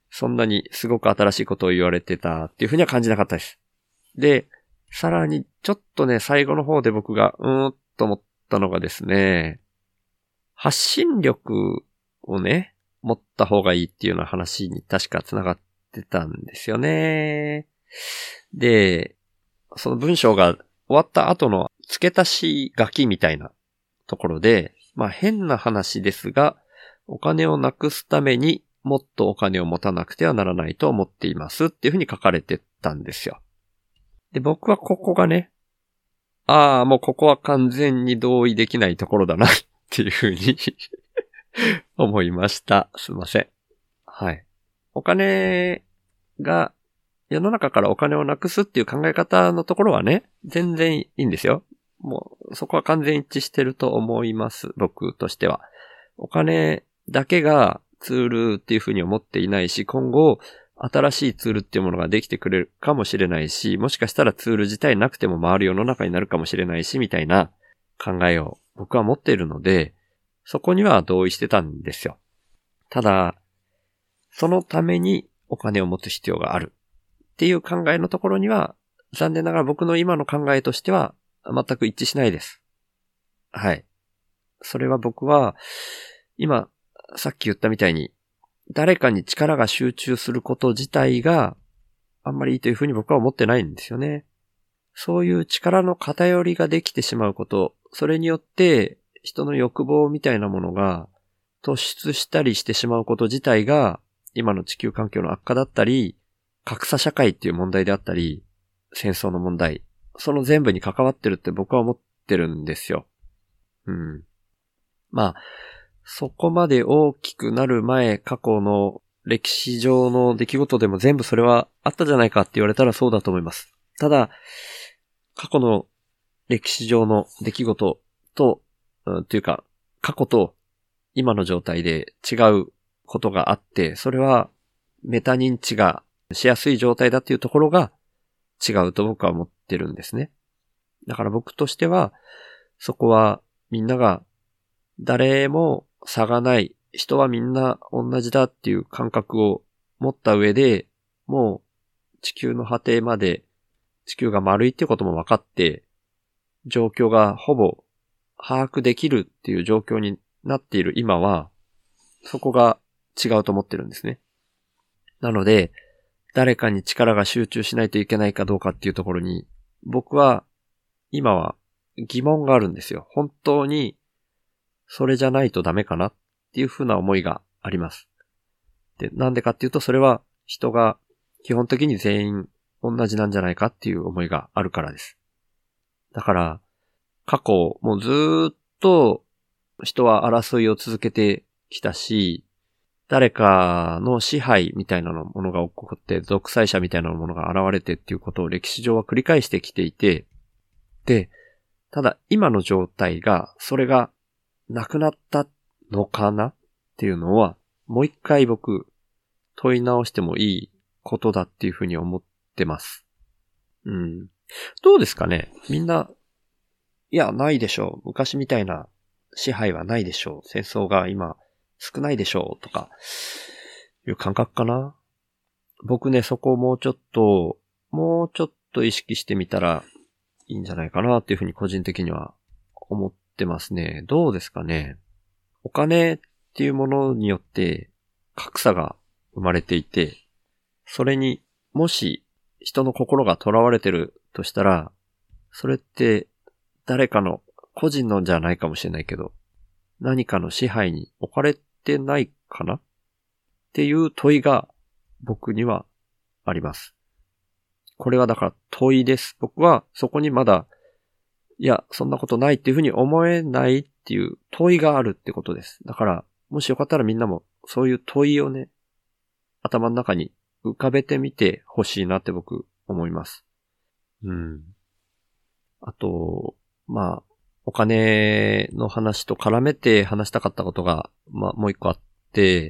そんなにすごく新しいことを言われてたっていうふうには感じなかったです。で、さらにちょっとね、最後の方で僕がうーんと思ったのがですね、発信力をね、持った方がいいっていうような話に確か繋がってたんですよね。で、その文章が終わった後の付け足し書きみたいなところで、まあ変な話ですが、お金をなくすためにもっとお金を持たなくてはならないと思っていますっていうふうに書かれてたんですよ。で、僕はここがね、ああ、もうここは完全に同意できないところだなっていうふうに思いました。すいません。はい。お金が、世の中からお金をなくすっていう考え方のところはね、全然いいんですよ。もう、そこは完全一致してると思います。僕としては。お金だけがツールっていうふうに思っていないし、今後、新しいツールっていうものができてくれるかもしれないし、もしかしたらツール自体なくても回る世の中になるかもしれないし、みたいな考えを僕は持っているので、そこには同意してたんですよ。ただ、そのためにお金を持つ必要があるっていう考えのところには、残念ながら僕の今の考えとしては全く一致しないです。はい。それは僕は、今、さっき言ったみたいに、誰かに力が集中すること自体があんまりいいというふうに僕は思ってないんですよね。そういう力の偏りができてしまうこと、それによって人の欲望みたいなものが突出したりしてしまうこと自体が今の地球環境の悪化だったり、格差社会っていう問題であったり、戦争の問題、その全部に関わってるって僕は思ってるんですよ。うん。まあ、そこまで大きくなる前、過去の歴史上の出来事でも全部それはあったじゃないかって言われたらそうだと思います。ただ、過去の歴史上の出来事と、うん、というか、過去と今の状態で違うことがあって、それはメタ認知がしやすい状態だっていうところが違うと僕は思ってるんですね。だから僕としては、そこはみんなが誰も差がない、人はみんな同じだっていう感覚を持った上で、もう地球の果てまで地球が丸いっていうことも分かって、状況がほぼ把握できるっていう状況になっている今は、そこが違うと思ってるんですね。なので、誰かに力が集中しないといけないかどうかっていうところに、僕は今は疑問があるんですよ。本当にそれじゃないとダメかなっていうふうな思いがあります。で、なんでかっていうと、それは人が基本的に全員同じなんじゃないかっていう思いがあるからです。だから、過去もうずーっと人は争いを続けてきたし、誰かの支配みたいなものが起こって、独裁者みたいなものが現れてっていうことを歴史上は繰り返してきていて、で、ただ今の状態が、それがなくなったのかなっていうのは、もう一回僕、問い直してもいいことだっていうふうに思ってます。うん。どうですかね？みんな、いや、ないでしょう。昔みたいな支配はないでしょう。戦争が今少ないでしょう。とか、いう感覚かな。僕ね、そこをもうちょっと、もうちょっと意識してみたらいいんじゃないかなっていうふうに個人的には思ってますね。どうですかね。お金っていうものによって格差が生まれていて、それにもし人の心が囚われてるとしたら、それって誰かの個人のじゃないかもしれないけど、何かの支配に置かれてないかなっていう問いが僕にはあります。これはだから問いです。僕はそこにまだ、いや、そんなことないっていうふうに思えないっていう問いがあるってことです。だから、もしよかったらみんなもそういう問いをね、頭の中に浮かべてみてほしいなって僕思います。うん。あと、まあ、お金の話と絡めて話したかったことが、まあ、もう一個あって、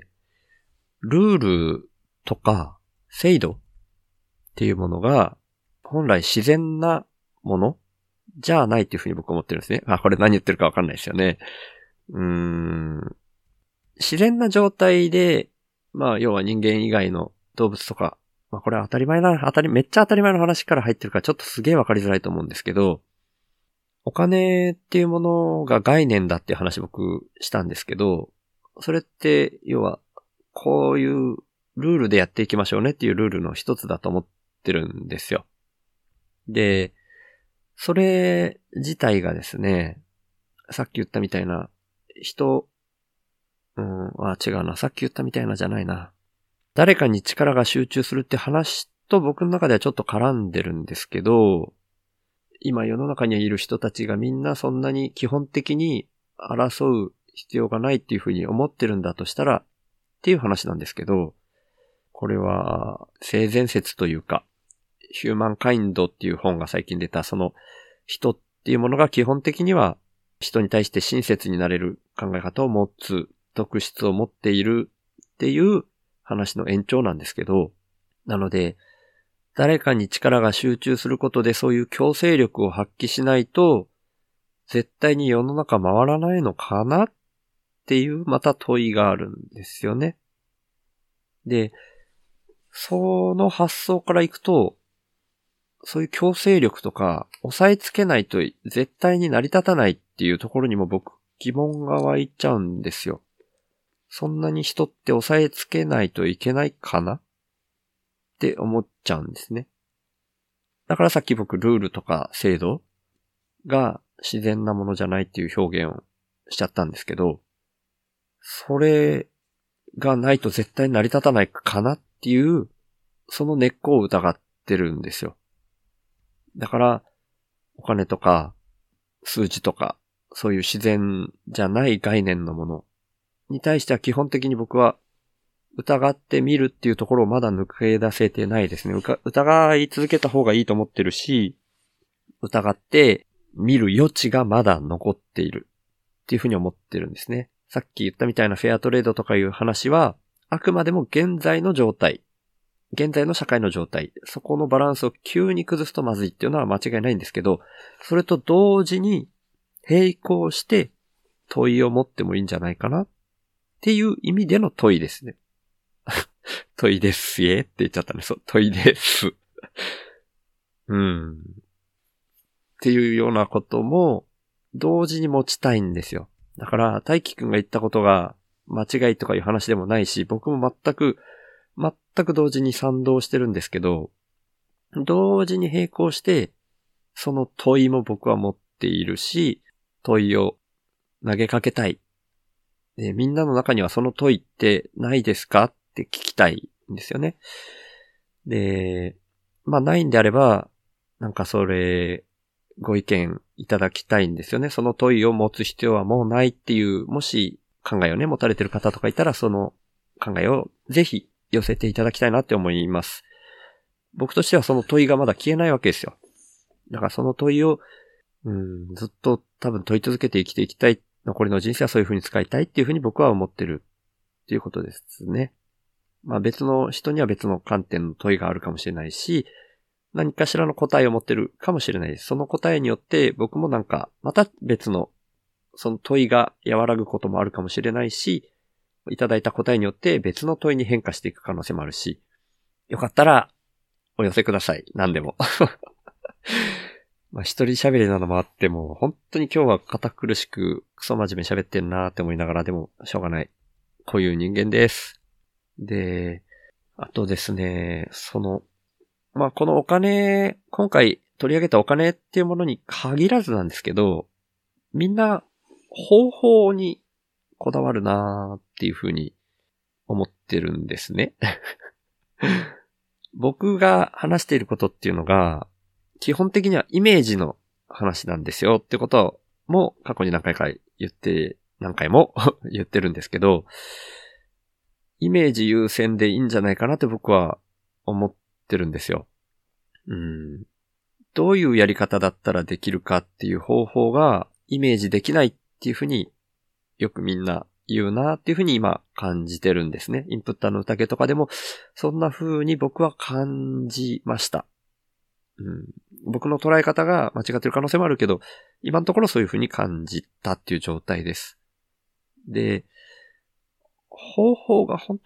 ルールとか制度っていうものが、本来自然なものじゃないっていうふうに僕は思ってるんですね。あ、これ何言ってるかわかんないですよね。うーん。自然な状態でまあ要は人間以外の動物とか、まあこれは当たり前な、当たり、めっちゃ当たり前の話から入ってるからちょっとすげえわかりづらいと思うんですけど、お金っていうものが概念だっていう話僕したんですけど、それって要はこういうルールでやっていきましょうねっていうルールの一つだと思ってるんですよ。で、それ自体がですね、さっき言ったみたいな人、うん、あ、違うな。さっき言ったみたいなじゃないな。誰かに力が集中するって話と僕の中ではちょっと絡んでるんですけど、今世の中にいる人たちがみんなそんなに基本的に争う必要がないっていうふうに思ってるんだとしたらっていう話なんですけど、これは性善説というか、ヒューマンカインドっていう本が最近出たその人っていうものが基本的には人に対して親切になれる考え方を持つ特質を持っているっていう話の延長なんですけど、なので誰かに力が集中することでそういう強制力を発揮しないと絶対に世の中回らないのかなっていうまた問いがあるんですよね。で、その発想からいくと、そういう強制力とか抑えつけないと絶対に成り立たないっていうところにも僕疑問が湧いちゃうんですよ。そんなに人って抑えつけないといけないかなって思っちゃうんですね。だからさっき僕ルールとか制度が自然なものじゃないっていう表現をしちゃったんですけど、それがないと絶対成り立たないかなっていう、その根っこを疑ってるんですよ。だから、お金とか数字とか、そういう自然じゃない概念のものに対しては基本的に僕は疑ってみるっていうところをまだ抜け出せてないですね。疑い続けた方がいいと思ってるし、疑って見る余地がまだ残っているっていうふうに思ってるんですね。さっき言ったみたいなフェアトレードとかいう話は、あくまでも現在の状態、現在の社会の状態、そこのバランスを急に崩すとまずいっていうのは間違いないんですけど、それと同時に並行して問いを持ってもいいんじゃないかなっていう意味での問いですね。問いですえって言っちゃったね。そう、問いです。うん。っていうようなことも同時に持ちたいんですよ。だから、大輝くんが言ったことが間違いとかいう話でもないし、僕も全く、全く同時に賛同してるんですけど、同時に並行して、その問いも僕は持っているし、問いを投げかけたい。で、みんなの中にはその問いってないですかって聞きたいんですよね。で、まあないんであれば、なんかそれ、ご意見いただきたいんですよね。その問いを持つ必要はもうないっていう、もし考えをね、持たれてる方とかいたら、その考えをぜひ寄せていただきたいなって思います。僕としてはその問いがまだ消えないわけですよ。だからその問いを、うん、ずっと多分問い続けて生きていきたい。残りの人生はそういう風に使いたいっていう風に僕は思ってるっていうことですね。まあ別の人には別の観点の問いがあるかもしれないし、何かしらの答えを持ってるかもしれないです。その答えによって僕もなんかまた別のその問いが和らぐこともあるかもしれないし、いただいた答えによって別の問いに変化していく可能性もあるし、よかったらお寄せください。何でも。まあ一人喋りなのもあっても、本当に今日は堅苦しくクソ真面目喋ってんなーって思いながら、でもしょうがない。こういう人間です。で、あとですね、その、まあこのお金、今回取り上げたお金っていうものに限らずなんですけど、みんな方法にこだわるなーっていうふうに思ってるんですね。僕が話していることっていうのが、基本的にはイメージの話なんですよってことも過去に何回か言って、何回も言ってるんですけど、イメージ優先でいいんじゃないかなって僕は思ってるんですよ。うん。どういうやり方だったらできるかっていう方法がイメージできないっていうふうによくみんな言うなっていうふうに今感じてるんですね。インプッターの宴とかでもそんな風に僕は感じました。うん、僕の捉え方が間違ってる可能性もあるけど、今のところそういう風に感じたっていう状態です。で、方法が本当に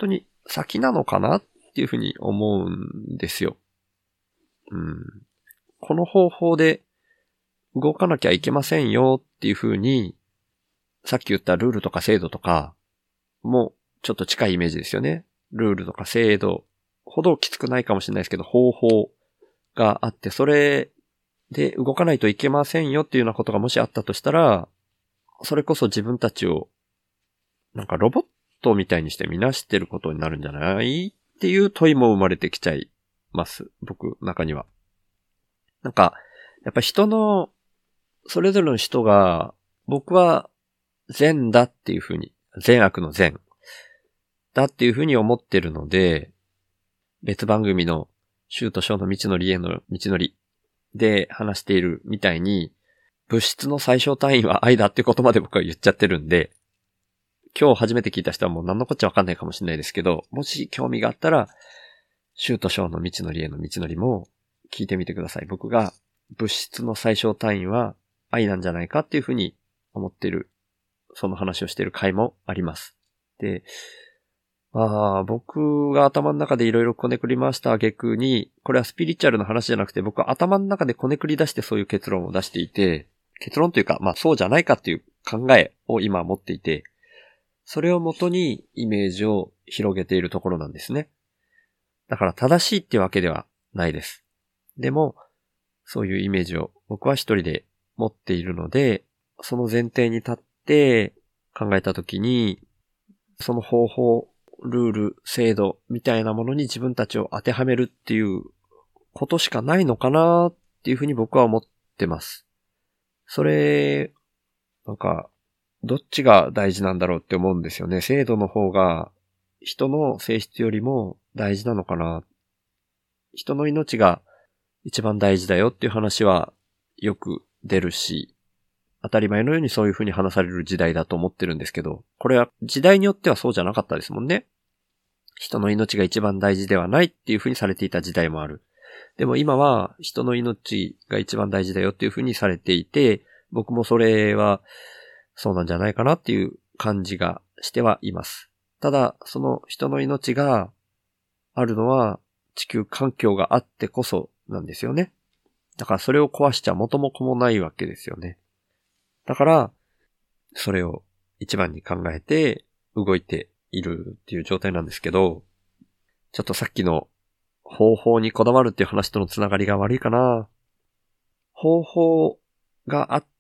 先なのかなっていうふうに思うんですよ。うん。この方法で動かなきゃいけませんよっていうふうに、さっき言ったルールとか制度とかもちょっと近いイメージですよね。ルールとか制度ほどきつくないかもしれないですけど、方法があって、それで動かないといけませんよっていうようなことがもしあったとしたら、それこそ自分たちをなんかロボットみたいにしてみなしてることになるんじゃないっていう問いも生まれてきちゃいます。僕、中には。なんか、やっぱ人の、それぞれの人が、僕は善だっていうふうに、善悪の善だっていうふうに思ってるので、別番組のシュートショーの道のりへの道のりで話しているみたいに、物質の最小単位は愛だってことまで僕は言っちゃってるんで、今日初めて聞いた人はもう何のこっちゃわかんないかもしれないですけど、もし興味があったら、シュートショーの道のりへの道のりも聞いてみてください。僕が物質の最小単位は愛なんじゃないかっていうふうに思っている、その話をしている回もあります。で、まあ、僕が頭の中でいろいろこねくり回した挙句に、これはスピリチュアルの話じゃなくて、僕は頭の中でこねくり出してそういう結論を出していて、結論というか、まあそうじゃないかっていう考えを今持っていて、それをもとにイメージを広げているところなんですね。だから正しいっていうわけではないです。でも、そういうイメージを僕は一人で持っているので、その前提に立って考えたときに、その方法、ルール、制度みたいなものに自分たちを当てはめるっていうことしかないのかなっていうふうに僕は思ってます。それ、なんか、どっちが大事なんだろうって思うんですよね。制度の方が人の性質よりも大事なのかな。人の命が一番大事だよっていう話はよく出るし、当たり前のようにそういう風に話される時代だと思ってるんですけど、これは時代によってはそうじゃなかったですもんね。人の命が一番大事ではないっていう風にされていた時代もある。でも今は人の命が一番大事だよっていう風にされていて、僕もそれはそうなんじゃないかなっていう感じがしてはいます。ただ、その人の命があるのは地球環境があってこそなんですよね。だからそれを壊しちゃ元も子もないわけですよね。だから、それを一番に考えて動いているっていう状態なんですけど、ちょっとさっきの方法にこだわるっていう話とのつながりが悪いかな。方法があって、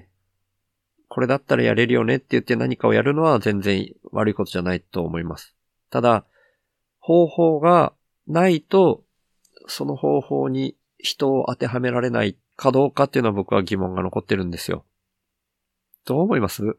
これだったらやれるよねって言って何かをやるのは全然悪いことじゃないと思います。ただ、方法がないと、その方法に人を当てはめられないかどうかっていうのは僕は疑問が残ってるんですよ。どう思います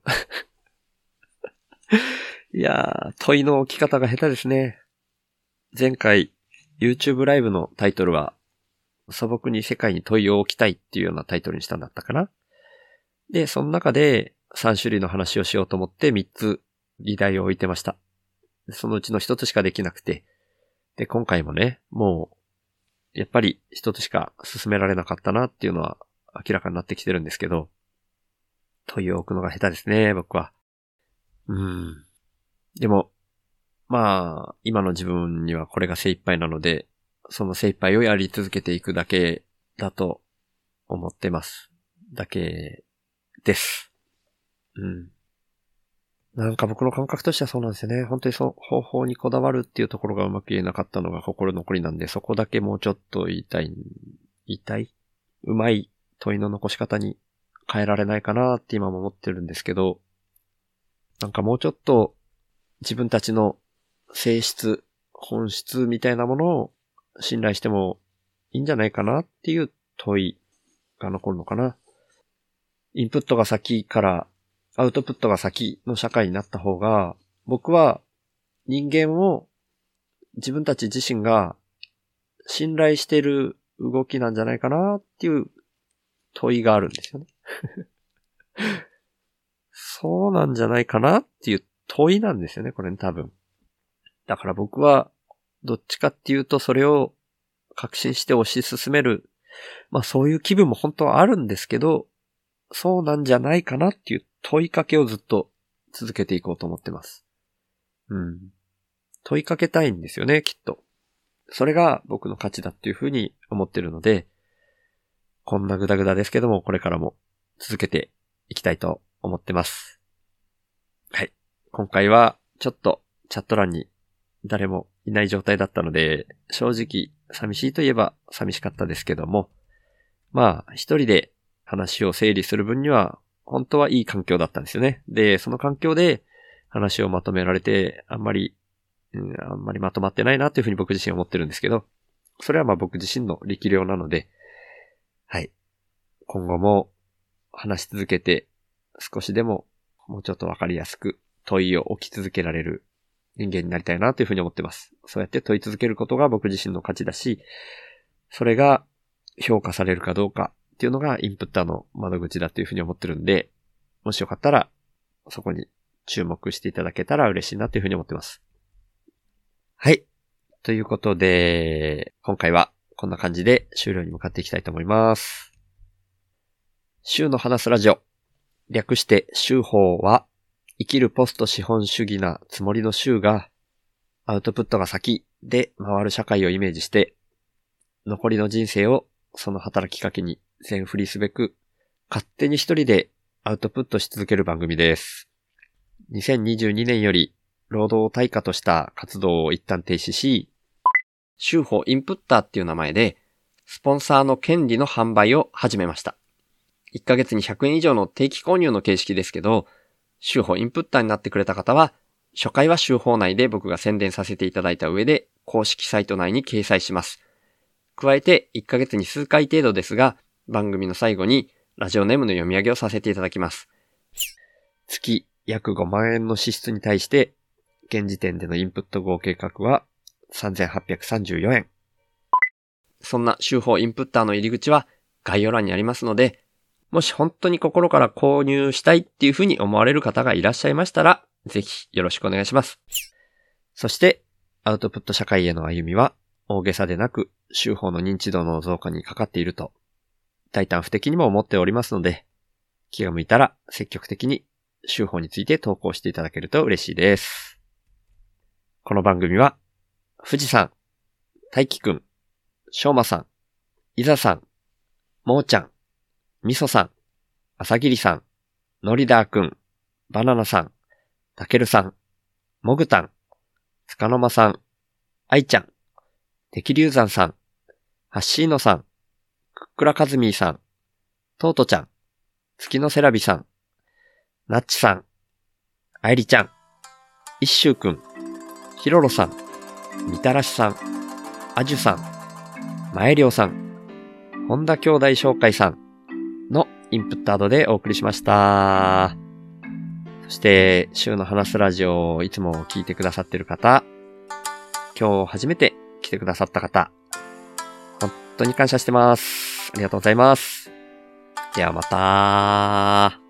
いやー、問いの置き方が下手ですね。前回 YouTube ライブのタイトルは素朴に世界に問いを置きたいっていうようなタイトルにしたんだったかな。で、その中でさん種類の話をしようと思ってみっつ議題を置いてました。そのうちのひとつしかできなくて。で、今回もね、もう、やっぱりひとつしか進められなかったなっていうのは明らかになってきてるんですけど、問いを置くのが下手ですね、僕は。うーん。でも、まあ、今の自分にはこれが精一杯なので、その精一杯をやり続けていくだけだと思ってます。だけです。うん。なんか僕の感覚としてはそうなんですよね。本当にそう、方法にこだわるっていうところがうまく言えなかったのが心残りなんで、そこだけもうちょっと言いたい、言いたいうまい問いの残し方に変えられないかなって今も思ってるんですけど、なんかもうちょっと自分たちの性質、本質みたいなものを信頼してもいいんじゃないかなっていう問いが残るのかな。インプットが先からアウトプットが先の社会になった方が、僕は人間を自分たち自身が信頼している動きなんじゃないかなっていう問いがあるんですよね。そうなんじゃないかなっていう問いなんですよね、これね、多分。だから僕はどっちかっていうとそれを確信して推し進める。まあそういう気分も本当はあるんですけど、そうなんじゃないかなっていう問いかけをずっと続けていこうと思ってます。うん。 問いかけたいんですよね、きっと。それが僕の価値だっていうふうに思ってるので、こんなグダグダですけども、これからも続けていきたいと思ってます。はい。今回はちょっとチャット欄に誰もいない状態だったので、正直寂しいといえば寂しかったですけども、まあ一人で話を整理する分には本当はいい環境だったんですよね。で、その環境で話をまとめられてあんまり、うん、あんまりまとまってないなというふうに僕自身思ってるんですけど、それはまあ僕自身の力量なので、はい。今後も話し続けて少しでももうちょっとわかりやすく問いを置き続けられる人間になりたいなというふうに思ってます。そうやって問い続けることが僕自身の価値だし、それが評価されるかどうかっていうのがインプッターの窓口だというふうに思ってるんで、もしよかったらそこに注目していただけたら嬉しいなというふうに思ってます。はい。ということで、今回はこんな感じで終了に向かっていきたいと思います。週の話すラジオ。略して週報は、生きるポスト資本主義なつもりの週が、アウトプットが先で回る社会をイメージして、残りの人生をその働きかけに全振りすべく、勝手に一人でアウトプットし続ける番組です。にせんにじゅうにねんより労働を対価とした活動を一旦停止し、週報インプッターっていう名前で、スポンサーの権利の販売を始めました。いっかげつにひゃくえん以上の定期購入の形式ですけど、週報インプッターになってくれた方は、初回は週報内で僕が宣伝させていただいた上で、公式サイト内に掲載します。加えて、いっかげつに数回程度ですが、番組の最後にラジオネームの読み上げをさせていただきます。月約ごまんえんの支出に対して、現時点でのインプット合計額はさんぜんはっぴゃくさんじゅうよえん。そんな週報インプッターの入り口は概要欄にありますので、もし本当に心から購入したいっていうふうに思われる方がいらっしゃいましたら、ぜひよろしくお願いします。そして、アウトプット社会への歩みは大げさでなく、週報の認知度の増加にかかっていると、大胆不敵にも思っておりますので、気が向いたら積極的に週報について投稿していただけると嬉しいです。この番組は、富士山、大輝くん、しょうまさん、いざさん、もーちゃん、みそさん、あさぎりさん、のりだーくん、バナナさん、たけるさん、もぐたん、つかのまさん、あいちゃん、てきりゅうざんさん、はっしーのさん、くっくらかずみーさん、とうとちゃん、月のせらびさん、なっちさん、あいりちゃん、いっしゅうくん、ひろろさん、みたらしさん、あじゅさん、まえりょうさん、本田兄弟紹介さんのインプットアドでお送りしました。そして、週の話すラジオをいつも聞いてくださってる方、今日初めて来てくださった方、本当に感謝してます。ありがとうございます。ではまた。